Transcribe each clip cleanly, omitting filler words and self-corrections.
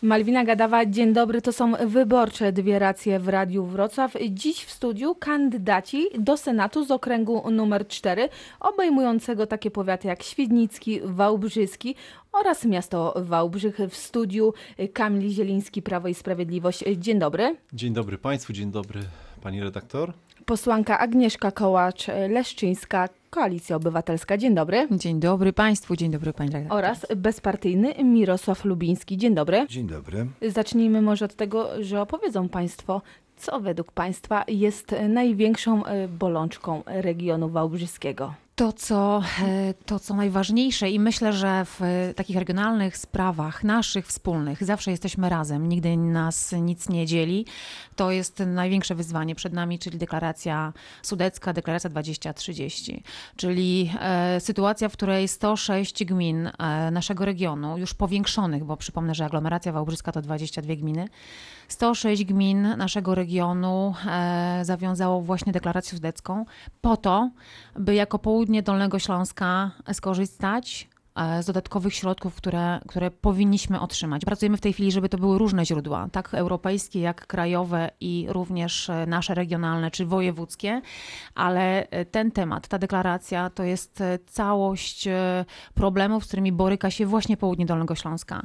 Malwina Gadawa, dzień dobry. To są wyborcze dwie racje w Radiu Wrocław. Dziś w studiu kandydaci do Senatu z okręgu numer 4, obejmującego takie powiaty jak Świdnicki, Wałbrzyski oraz miasto Wałbrzych. W studiu Kamil Zieliński, Prawo i Sprawiedliwość. Dzień dobry. Dzień dobry Państwu, dzień dobry Pani redaktor. Posłanka Agnieszka Kołacz-Leszczyńska, Koalicja Obywatelska. Dzień dobry. Dzień dobry Państwu, dzień dobry Pani redaktor. Oraz bezpartyjny Mirosław Lubiński. Dzień dobry. Dzień dobry. Zacznijmy może od tego, że opowiedzą Państwo, co według Państwa jest największą bolączką regionu wałbrzyskiego. To, co najważniejsze i myślę, że w takich regionalnych sprawach naszych wspólnych zawsze jesteśmy razem, nigdy nas nic nie dzieli. To jest największe wyzwanie przed nami, czyli deklaracja sudecka, deklaracja 2030, czyli sytuacja, w której 106 gmin naszego regionu, już powiększonych, bo przypomnę, że aglomeracja wałbrzyska to 22 gminy, 106 gmin naszego regionu zawiązało właśnie deklarację sudecką po to, by jako południe Dolnego Śląska skorzystać z dodatkowych środków, które powinniśmy otrzymać. Pracujemy w tej chwili, żeby to były różne źródła, tak europejskie, jak krajowe i również nasze regionalne czy wojewódzkie, ale ten temat, ta deklaracja to jest całość problemów, z którymi boryka się właśnie południe Dolnego Śląska.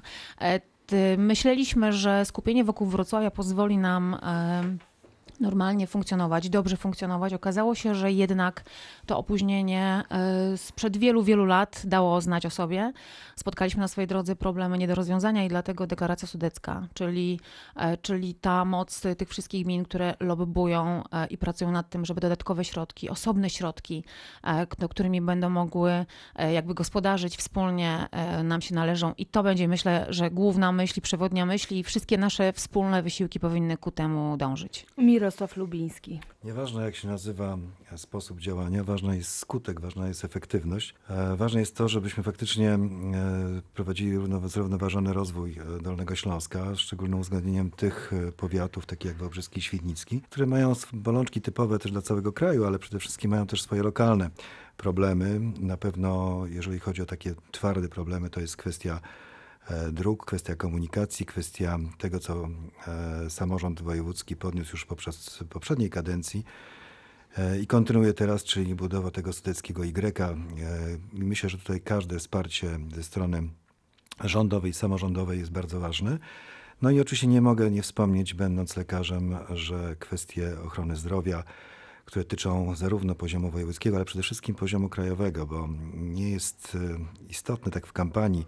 Myśleliśmy, że skupienie wokół Wrocławia pozwoli nam normalnie funkcjonować, dobrze funkcjonować. Okazało się, że jednak to opóźnienie sprzed wielu, wielu lat dało znać o sobie. Spotkaliśmy na swojej drodze problemy nie do rozwiązania i dlatego deklaracja sudecka, czyli ta moc tych wszystkich gmin, które lobbują i pracują nad tym, żeby dodatkowe środki, osobne środki, którymi będą mogły jakby gospodarzyć wspólnie, nam się należą. I to będzie, myślę, że główna myśl, przewodnia myśl i wszystkie nasze wspólne wysiłki powinny ku temu dążyć. Mirosław Lubiński. Nieważne jak się nazywa sposób działania, ważny jest skutek, ważna jest efektywność. Ważne jest to, żebyśmy faktycznie prowadzili zrównoważony rozwój Dolnego Śląska, z szczególnym uwzględnieniem tych powiatów, takich jak Wałbrzyski i Świdnicki, które mają bolączki typowe też dla całego kraju, ale przede wszystkim mają też swoje lokalne problemy. Na pewno, jeżeli chodzi o takie twarde problemy, to jest kwestia dróg, kwestia komunikacji, kwestia tego, co samorząd wojewódzki podniósł już poprzez poprzedniej kadencji i kontynuuje teraz, czyli budowa tego sudeckiego Y. Myślę, że tutaj każde wsparcie ze strony rządowej, samorządowej jest bardzo ważne. No i oczywiście nie mogę nie wspomnieć, będąc lekarzem, że kwestie ochrony zdrowia, które tyczą zarówno poziomu wojewódzkiego, ale przede wszystkim poziomu krajowego, bo nie jest istotne tak w kampanii,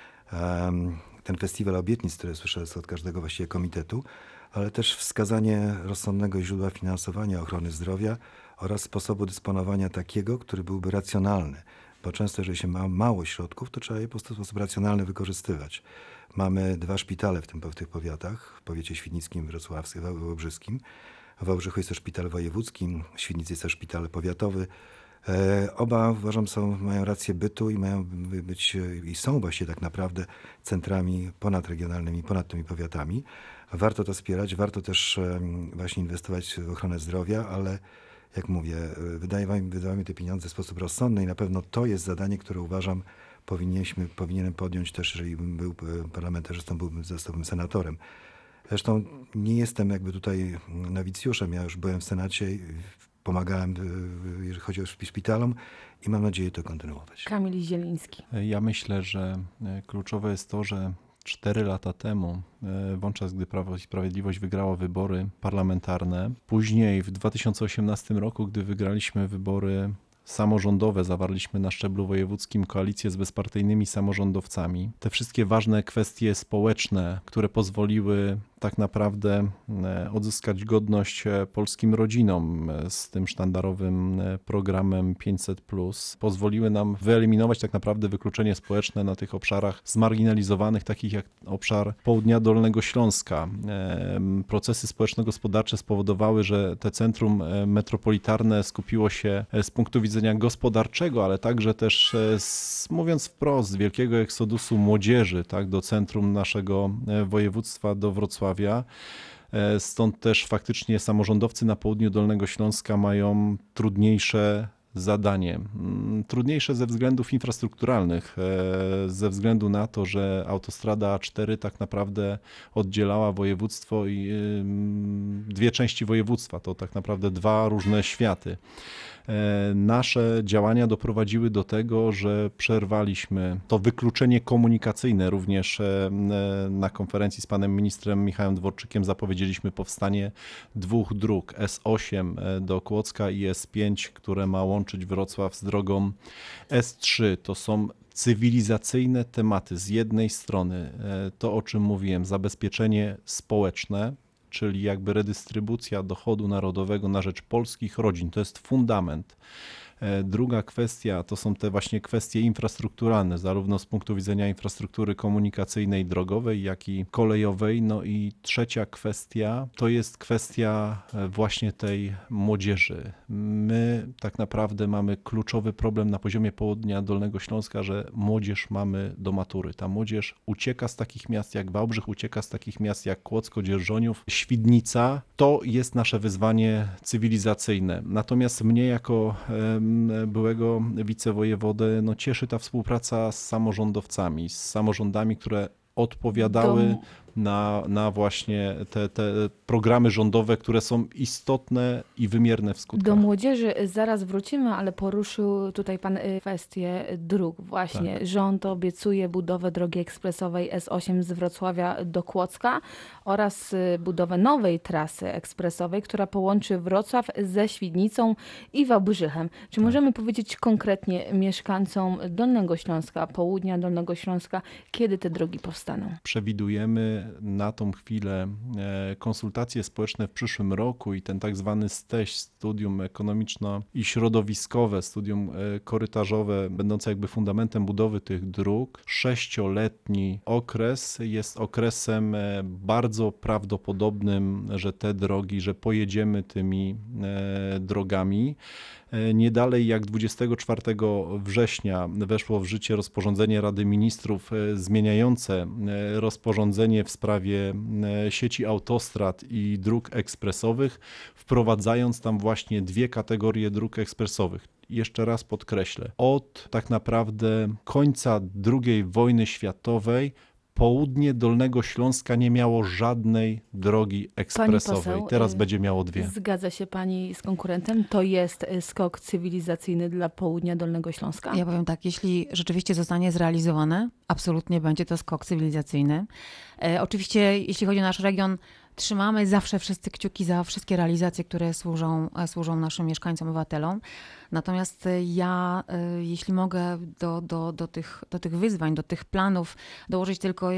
ten festiwal obietnic, który słyszę od każdego właściwie komitetu, ale też wskazanie rozsądnego źródła finansowania ochrony zdrowia oraz sposobu dysponowania takiego, który byłby racjonalny. Bo często, jeżeli się ma mało środków, to trzeba je po prostu w sposób racjonalny wykorzystywać. Mamy 2 szpitale w tych powiatach, w powiecie świdnickim, wrocławskim, wałbrzyskim. W Wałbrzychu jest też szpital wojewódzki, w Świdnicy jest też szpital powiatowy. Oba, uważam, mają rację bytu i mają być i są właśnie tak naprawdę centrami ponadregionalnymi, ponad tymi powiatami. Warto to wspierać, warto też właśnie inwestować w ochronę zdrowia, ale jak mówię, wydawajmy te pieniądze w sposób rozsądny i na pewno to jest zadanie, które uważam powinienem podjąć też, jeżeli bym był parlamentarzystą, zostałbym senatorem. Zresztą nie jestem jakby tutaj nowicjuszem, ja już byłem w Senacie, pomagałem, jeżeli chodzi o szpitalom i mam nadzieję to kontynuować. Kamil Zieliński. Ja myślę, że kluczowe jest to, że 4 lata temu, wówczas gdy Prawo i Sprawiedliwość wygrało wybory parlamentarne, później w 2018 roku, gdy wygraliśmy wybory samorządowe, zawarliśmy na szczeblu wojewódzkim koalicję z bezpartyjnymi samorządowcami. Te wszystkie ważne kwestie społeczne, które pozwoliły tak naprawdę odzyskać godność polskim rodzinom z tym sztandarowym programem 500+, pozwoliły nam wyeliminować tak naprawdę wykluczenie społeczne na tych obszarach zmarginalizowanych, takich jak obszar południa Dolnego Śląska. Procesy społeczno-gospodarcze spowodowały, że te centrum metropolitarne skupiło się z punktu widzenia gospodarczego, ale także też, mówiąc wprost, z wielkiego eksodusu młodzieży, tak, do centrum naszego województwa, do Wrocławia. Stąd też faktycznie samorządowcy na południu Dolnego Śląska mają trudniejsze zadanie. Trudniejsze ze względów infrastrukturalnych, ze względu na to, że autostrada A4 tak naprawdę oddzielała województwo i dwie części województwa. To tak naprawdę dwa różne światy. Nasze działania doprowadziły do tego, że przerwaliśmy to wykluczenie komunikacyjne. Również na konferencji z panem ministrem Michałem Dworczykiem zapowiedzieliśmy powstanie dwóch dróg S8 do Kłodzka i S5, które ma łączyć Wrocław z drogą S3. To są cywilizacyjne tematy. Z jednej strony to, o czym mówiłem, zabezpieczenie społeczne, czyli jakby redystrybucja dochodu narodowego na rzecz polskich rodzin. To jest fundament. Druga kwestia to są te właśnie kwestie infrastrukturalne, zarówno z punktu widzenia infrastruktury komunikacyjnej, drogowej, jak i kolejowej. No i trzecia kwestia to jest kwestia właśnie tej młodzieży. My tak naprawdę mamy kluczowy problem na poziomie południa Dolnego Śląska, że młodzież mamy do matury. Ta młodzież ucieka z takich miast jak Wałbrzych, ucieka z takich miast jak Kłodzko, Dzierżoniów, Świdnica. To jest nasze wyzwanie cywilizacyjne. Natomiast mnie jako byłego wicewojewodę cieszy ta współpraca z samorządowcami, z samorządami, które odpowiadały na właśnie te programy rządowe, które są istotne i wymierne w skutkach. Do młodzieży zaraz wrócimy, ale poruszył tutaj pan kwestię dróg. Właśnie tak. Rząd obiecuje budowę drogi ekspresowej S8 z Wrocławia do Kłodzka oraz budowę nowej trasy ekspresowej, która połączy Wrocław ze Świdnicą i Wałbrzychem. Czy możemy powiedzieć konkretnie mieszkańcom Dolnego Śląska, południa Dolnego Śląska, kiedy te drogi powstaną? Przewidujemy na tą chwilę konsultacje społeczne w przyszłym roku i ten tak zwany STEŚ, studium ekonomiczno i środowiskowe, studium korytarzowe, będące jakby fundamentem budowy tych dróg. 6-letni okres jest okresem bardzo prawdopodobnym, że te drogi, że pojedziemy tymi drogami. Nie dalej jak 24 września weszło w życie rozporządzenie Rady Ministrów zmieniające rozporządzenie w sprawie sieci autostrad i dróg ekspresowych, wprowadzając tam właśnie dwie kategorie dróg ekspresowych. Jeszcze raz podkreślę, od tak naprawdę końca II wojny światowej południe Dolnego Śląska nie miało żadnej drogi ekspresowej. Poseł, teraz będzie miało dwie. Zgadza się pani z konkurentem? To jest skok cywilizacyjny dla południa Dolnego Śląska? Ja powiem tak, jeśli rzeczywiście zostanie zrealizowane, absolutnie będzie to skok cywilizacyjny. Oczywiście, jeśli chodzi o nasz region, trzymamy zawsze wszyscy kciuki za wszystkie realizacje, które służą naszym mieszkańcom, obywatelom. Natomiast ja, jeśli mogę do tych wyzwań, do tych planów dołożyć tylko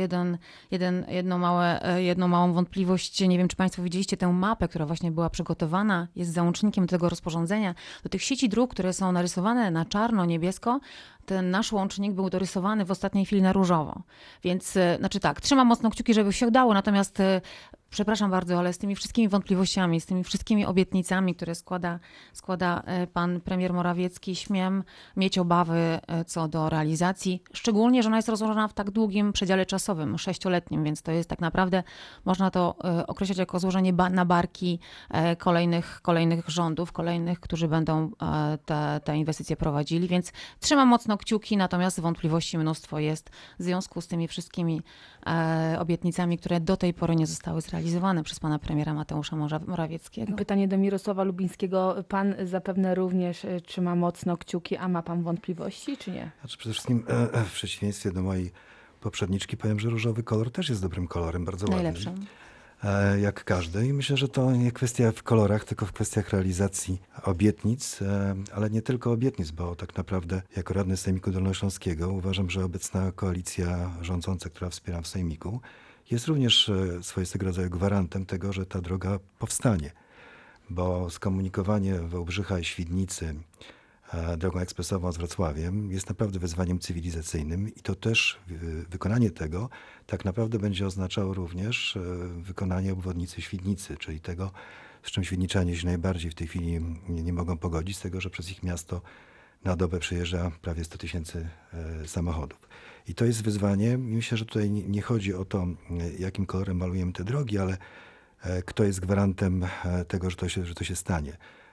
jedną małą wątpliwość. Nie wiem, czy państwo widzieliście tę mapę, która właśnie była przygotowana, jest załącznikiem do tego rozporządzenia. Do tych sieci dróg, które są narysowane na czarno, niebiesko, ten nasz łącznik był dorysowany w ostatniej chwili na różowo. Więc, trzymam mocno kciuki, żeby się udało, natomiast przepraszam bardzo, ale z tymi wszystkimi wątpliwościami, z tymi wszystkimi obietnicami, które składa pan premier Morawiecki, śmiem mieć obawy co do realizacji, szczególnie, że ona jest rozłożona w tak długim przedziale czasowym, 6-letnim, więc to jest tak naprawdę, można to określać jako złożenie na barki kolejnych rządów, którzy będą te inwestycje prowadzili, więc trzymam mocno kciuki, natomiast wątpliwości mnóstwo jest w związku z tymi wszystkimi obietnicami, które do tej pory nie zostały zrealizowane przez pana premiera Mateusza Morawieckiego. Pytanie do Mirosława Lubińskiego. Pan zapewne również trzyma mocno kciuki, a ma pan wątpliwości, czy nie? Przede wszystkim w przeciwieństwie do mojej poprzedniczki powiem, że różowy kolor też jest dobrym kolorem, bardzo ładnym. Najlepszym. Jak każdy. I myślę, że to nie kwestia w kolorach, tylko w kwestiach realizacji obietnic, ale nie tylko obietnic, bo tak naprawdę jako radny Sejmiku Dolnośląskiego uważam, że obecna koalicja rządząca, która wspieram w Sejmiku, jest również swoistego rodzaju gwarantem tego, że ta droga powstanie. Bo skomunikowanie Wałbrzycha i Świdnicy drogą ekspresową z Wrocławiem jest naprawdę wyzwaniem cywilizacyjnym i to też wykonanie tego tak naprawdę będzie oznaczało również wykonanie obwodnicy Świdnicy, czyli tego, z czym świdniczanie się najbardziej w tej chwili nie mogą pogodzić, z tego, że przez ich miasto na dobę przejeżdża prawie 100 000 samochodów. I to jest wyzwanie i myślę, że tutaj nie chodzi o to, jakim kolorem malujemy te drogi, ale kto jest gwarantem tego, że to się stanie.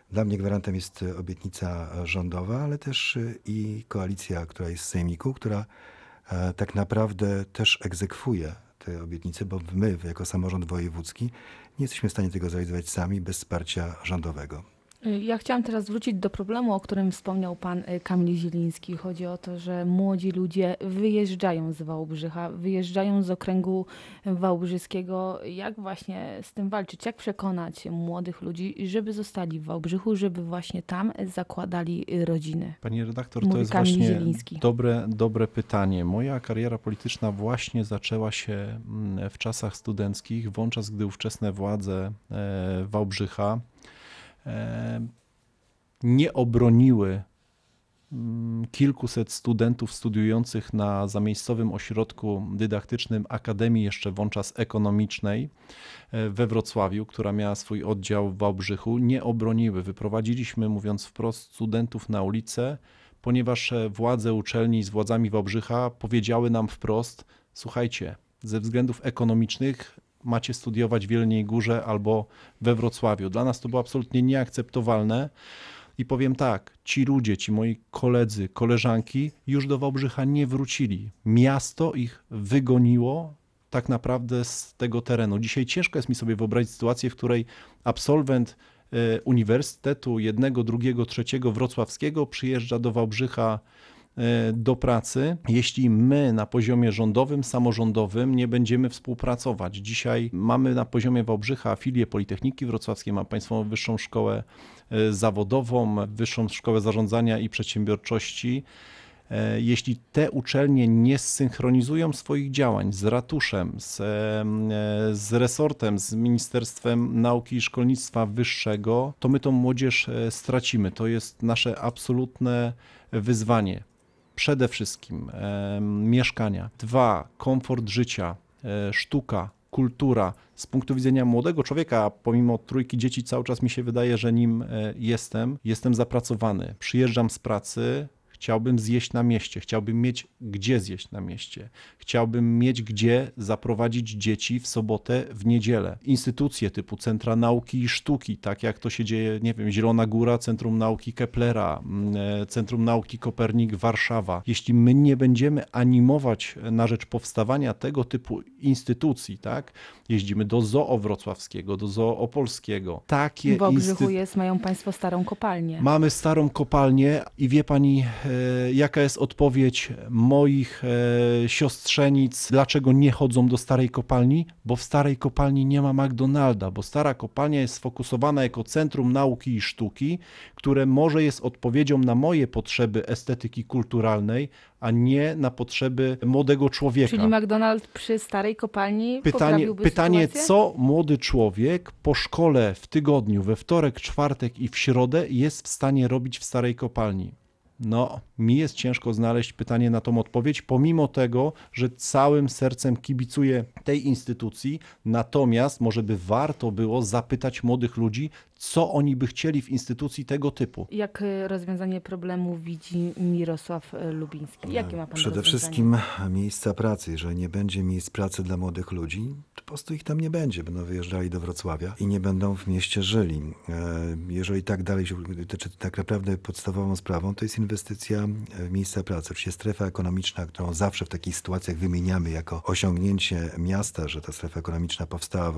Dla mnie gwarantem jest obietnica rządowa, ale też i koalicja, która jest w sejmiku, która tak naprawdę też egzekwuje te obietnice, bo my jako samorząd wojewódzki nie jesteśmy w stanie tego zrealizować sami bez wsparcia rządowego. Ja chciałam teraz wrócić do problemu, o którym wspomniał pan Kamil Zieliński. Chodzi o to, że młodzi ludzie wyjeżdżają z Wałbrzycha, wyjeżdżają z okręgu wałbrzyskiego. Jak właśnie z tym walczyć? Jak przekonać młodych ludzi, żeby zostali w Wałbrzychu, żeby właśnie tam zakładali rodziny? Pani redaktor, Mówi to jest Kamil właśnie Zieliński. dobre pytanie. Moja kariera polityczna właśnie zaczęła się w czasach studenckich, wówczas gdy ówczesne władze Wałbrzycha nie obroniły kilkuset studentów studiujących na zamiejscowym ośrodku dydaktycznym Akademii jeszcze wówczas ekonomicznej we Wrocławiu, która miała swój oddział w Wałbrzychu, nie obroniły. Wyprowadziliśmy, mówiąc wprost, studentów na ulicę, ponieważ władze uczelni z władzami Wałbrzycha powiedziały nam wprost: słuchajcie, ze względów ekonomicznych macie studiować w Jeleniej Górze albo we Wrocławiu. Dla nas to było absolutnie nieakceptowalne i powiem tak, ci ludzie, ci moi koledzy, koleżanki już do Wałbrzycha nie wrócili. Miasto ich wygoniło tak naprawdę z tego terenu. Dzisiaj ciężko jest mi sobie wyobrazić sytuację, w której absolwent uniwersytetu jednego, drugiego, trzeciego wrocławskiego przyjeżdża do Wałbrzycha do pracy, jeśli my na poziomie rządowym, samorządowym nie będziemy współpracować. Dzisiaj mamy na poziomie Wałbrzycha filię Politechniki Wrocławskiej, mamy Państwową Wyższą Szkołę Zawodową, Wyższą Szkołę Zarządzania i Przedsiębiorczości. Jeśli te uczelnie nie zsynchronizują swoich działań z ratuszem, z resortem, z Ministerstwem Nauki i Szkolnictwa Wyższego, to my tą młodzież stracimy. To jest nasze absolutne wyzwanie. Przede wszystkim mieszkania. 2, komfort życia, sztuka, kultura. Z punktu widzenia młodego człowieka, pomimo 3 dzieci, cały czas mi się wydaje, że nim jestem zapracowany. Przyjeżdżam z pracy, chciałbym zjeść na mieście, chciałbym mieć gdzie zjeść na mieście, chciałbym mieć gdzie zaprowadzić dzieci w sobotę, w niedzielę. Instytucje typu Centra Nauki i Sztuki, tak jak to się dzieje, nie wiem, Zielona Góra, Centrum Nauki Keplera, Centrum Nauki Kopernik Warszawa. Jeśli my nie będziemy animować na rzecz powstawania tego typu instytucji, tak, jeździmy do Zoo Wrocławskiego, do Zoo Opolskiego. Takie W Wałbrzychu mają Państwo starą kopalnię. Mamy starą kopalnię i wie Pani, jaka jest odpowiedź moich siostrzenic, dlaczego nie chodzą do starej kopalni? Bo w starej kopalni nie ma McDonalda, bo stara kopalnia jest sfokusowana jako centrum nauki i sztuki, które może jest odpowiedzią na moje potrzeby estetyki kulturalnej, a nie na potrzeby młodego człowieka. Czyli McDonald's przy starej kopalni poprawiłby Pytanie, sytuację? co młody człowiek po szkole w tygodniu, we wtorek, czwartek i w środę jest w stanie robić w starej kopalni? No, mi jest ciężko znaleźć pytanie na tą odpowiedź, pomimo tego, że całym sercem kibicuję tej instytucji, natomiast może by warto było zapytać młodych ludzi, co oni by chcieli w instytucji tego typu. Jak rozwiązanie problemu widzi Mirosław Lubiński? Jakie ma Pan Przede rozwiązanie? wszystkim miejsca pracy. Jeżeli nie będzie miejsc pracy dla młodych ludzi, to po prostu ich tam nie będzie. Będą wyjeżdżali do Wrocławia i nie będą w mieście żyli. Jeżeli tak dalej, tak naprawdę podstawową sprawą to jest inwestycja w miejsca pracy. Oczywiście strefa ekonomiczna, którą zawsze w takich sytuacjach wymieniamy jako osiągnięcie miasta, że ta strefa ekonomiczna powstała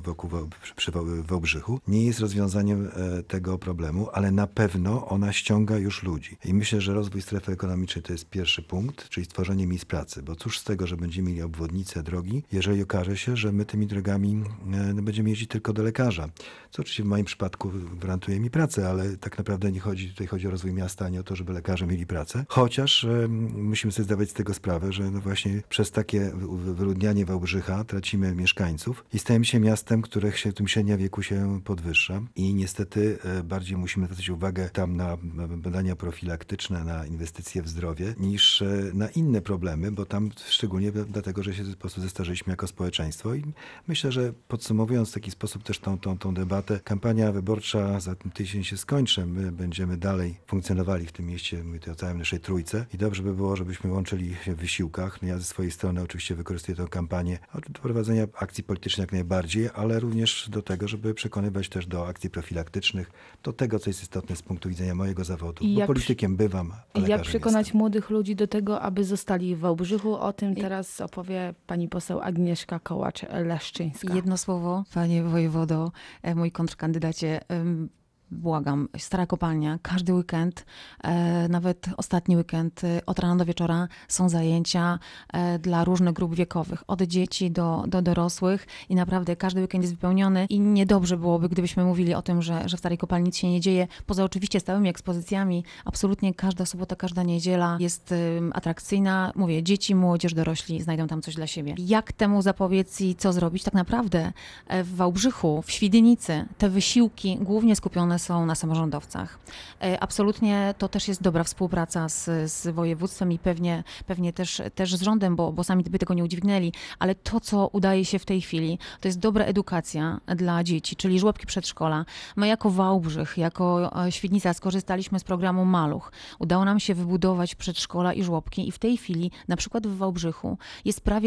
przy Wałbrzychu, nie jest rozwiązaniem tego problemu, ale na pewno ona ściąga już ludzi. I myślę, że rozwój strefy ekonomicznej to jest pierwszy punkt, czyli stworzenie miejsc pracy, bo cóż z tego, że będziemy mieli obwodnice, drogi, jeżeli okaże się, że my tymi drogami będziemy jeździć tylko do lekarza. Co oczywiście w moim przypadku gwarantuje mi pracę, ale tak naprawdę tutaj chodzi o rozwój miasta, a nie o to, żeby lekarze mieli pracę. Chociaż musimy sobie zdawać z tego sprawę, że no właśnie przez takie wyludnianie Wałbrzycha tracimy mieszkańców i stajemy się miastem, którym średnia wieku się podwyższa. I niestety bardziej musimy zwracać uwagę tam na badania profilaktyczne, na inwestycje w zdrowie, niż na inne problemy, bo tam szczególnie dlatego, że się po prostu zestarzeliśmy jako społeczeństwo. I myślę, że podsumowując w taki sposób też tą debatę, kampania wyborcza za ten tydzień się skończy. My będziemy dalej funkcjonowali w tym mieście, mówię o całej naszej trójce i dobrze by było, żebyśmy łączyli się w wysiłkach. No ja ze swojej strony oczywiście wykorzystuję tę kampanię do prowadzenia akcji politycznych jak najbardziej, ale również do tego, żeby przekonywać też do akcji profilaktycznych, do tego, co jest istotne z punktu widzenia mojego zawodu. I Bo jak politykiem bywam, a Jak lekarzem przekonać jestem. młodych ludzi do tego, aby zostali w Wałbrzychu? O tym teraz opowie pani poseł Agnieszka Kołacz-Leszczyńska. Jedno słowo, panie wojewodo, mój kontrkandydacie. Błagam, Stara Kopalnia, każdy weekend, nawet ostatni weekend, od rana do wieczora są zajęcia dla różnych grup wiekowych, od dzieci do dorosłych i naprawdę każdy weekend jest wypełniony i niedobrze byłoby, gdybyśmy mówili o tym, że w Starej Kopalni nic się nie dzieje. Poza oczywiście stałymi ekspozycjami, absolutnie każda sobota, każda niedziela jest atrakcyjna. Mówię, dzieci, młodzież, dorośli znajdą tam coś dla siebie. Jak temu zapobiec i co zrobić? Tak naprawdę w Wałbrzychu, w Świdnicy te wysiłki głównie skupione są na samorządowcach. Absolutnie to też jest dobra współpraca z województwem i pewnie też z rządem, bo sami by tego nie udźwignęli, ale to, co udaje się w tej chwili, to jest dobra edukacja dla dzieci, czyli żłobki przedszkola. My jako Wałbrzych, jako Świdnica skorzystaliśmy z programu Maluch. Udało nam się wybudować przedszkola i żłobki i w tej chwili, na przykład w Wałbrzychu, jest prawie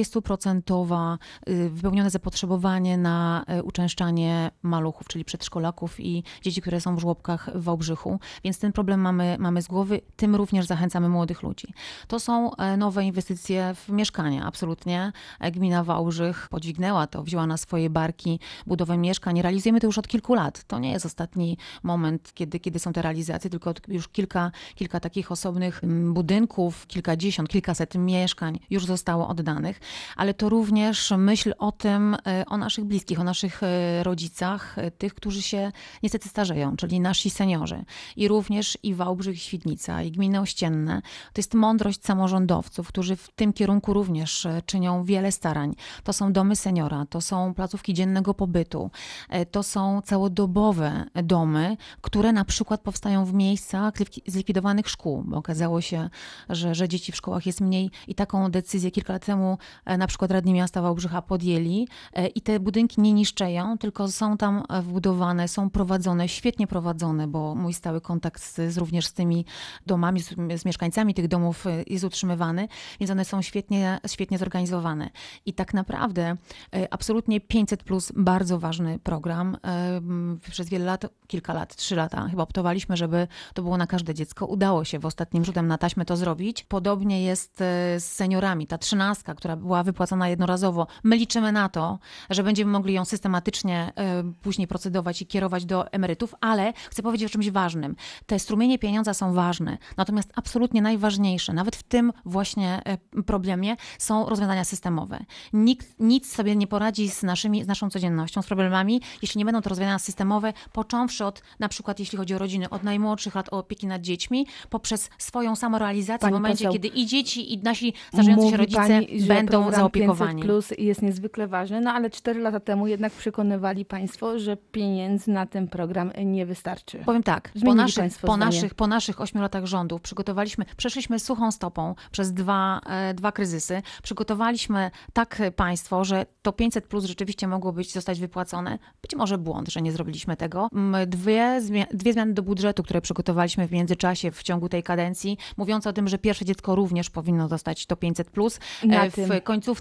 100% wypełnione zapotrzebowanie na uczęszczanie maluchów, czyli przedszkolaków i dzieci, które są w żłobkach w Wałbrzychu, więc ten problem mamy z głowy, tym również zachęcamy młodych ludzi. To są nowe inwestycje w mieszkania, absolutnie. Gmina Wałbrzych podźwignęła to, wzięła na swoje barki budowę mieszkań. Realizujemy to już od kilku lat. To nie jest ostatni moment, kiedy są te realizacje, tylko już kilka takich osobnych budynków, kilkadziesiąt, kilkaset mieszkań już zostało oddanych, ale to również myśl o tym, o naszych bliskich, o naszych rodzicach, tych, którzy się niestety starzeją, czyli nasi seniorzy. I również i Wałbrzych, i Świdnica, i gminy ościenne. To jest mądrość samorządowców, którzy w tym kierunku również czynią wiele starań. To są domy seniora, to są placówki dziennego pobytu, to są całodobowe domy, które na przykład powstają w miejscach zlikwidowanych szkół, bo okazało się, że dzieci w szkołach jest mniej i taką decyzję kilka lat temu na przykład radni miasta Wałbrzycha podjęli i te budynki nie niszczeją, tylko są tam wbudowane, są prowadzone, świetnie prowadzone, bo mój stały kontakt również z tymi domami, z mieszkańcami tych domów jest utrzymywany, więc one są świetnie zorganizowane. I tak naprawdę absolutnie 500+, bardzo ważny program. Przez wiele lat, kilka lat, 3 lata chyba optowaliśmy, żeby to było na każde dziecko. Udało się w ostatnim rzutem na taśmę to zrobić. Podobnie jest z seniorami. Ta 13, która była wypłacana jednorazowo. My liczymy na to, że będziemy mogli ją systematycznie później procedować i kierować do emerytów, ale chcę powiedzieć o czymś ważnym. Te strumienie pieniądza są ważne, natomiast absolutnie najważniejsze, nawet w tym właśnie problemie, są rozwiązania systemowe. Nikt nic sobie nie poradzi z naszą codziennością, z problemami, jeśli nie będą to rozwiązania systemowe, począwszy od, na przykład jeśli chodzi o rodziny, od najmłodszych lat o opieki nad dziećmi, poprzez swoją samorealizację Pani w momencie, poseł, kiedy i dzieci, i nasi starzejący się rodzice pani, że będą program zaopiekowani. 500+ jest niezwykle ważny, no ale 4 lata temu jednak przekonywali państwo, że pieniędzy na ten program nie wystarczy. Powiem tak, Zmienili państwo zdanie. po naszych 8 latach rządów przeszliśmy suchą stopą przez dwa kryzysy. Przygotowaliśmy tak państwo, że to 500+ rzeczywiście mogło zostać wypłacone. Być może błąd, że nie zrobiliśmy tego. Dwie zmiany do budżetu, które przygotowaliśmy w międzyczasie w ciągu tej kadencji, mówiące o tym, że pierwsze dziecko również powinno dostać to 500+. W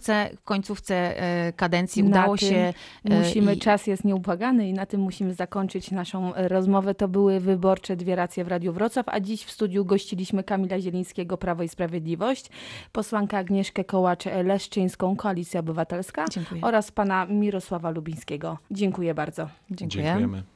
końcówce kadencji udało się. Czas jest nieubłagany i na tym musimy zakończyć naszą rozmowę. To były wyborcze 2 racje w Radiu Wrocław, a dziś w studiu gościliśmy Kamila Zielińskiego, Prawo i Sprawiedliwość, posłankę Agnieszkę Kołacz-Leszczyńską, Koalicja Obywatelska. Dziękuję. Oraz pana Mirosława Lubińskiego. Dziękuję bardzo. Dziękuję. Dziękujemy.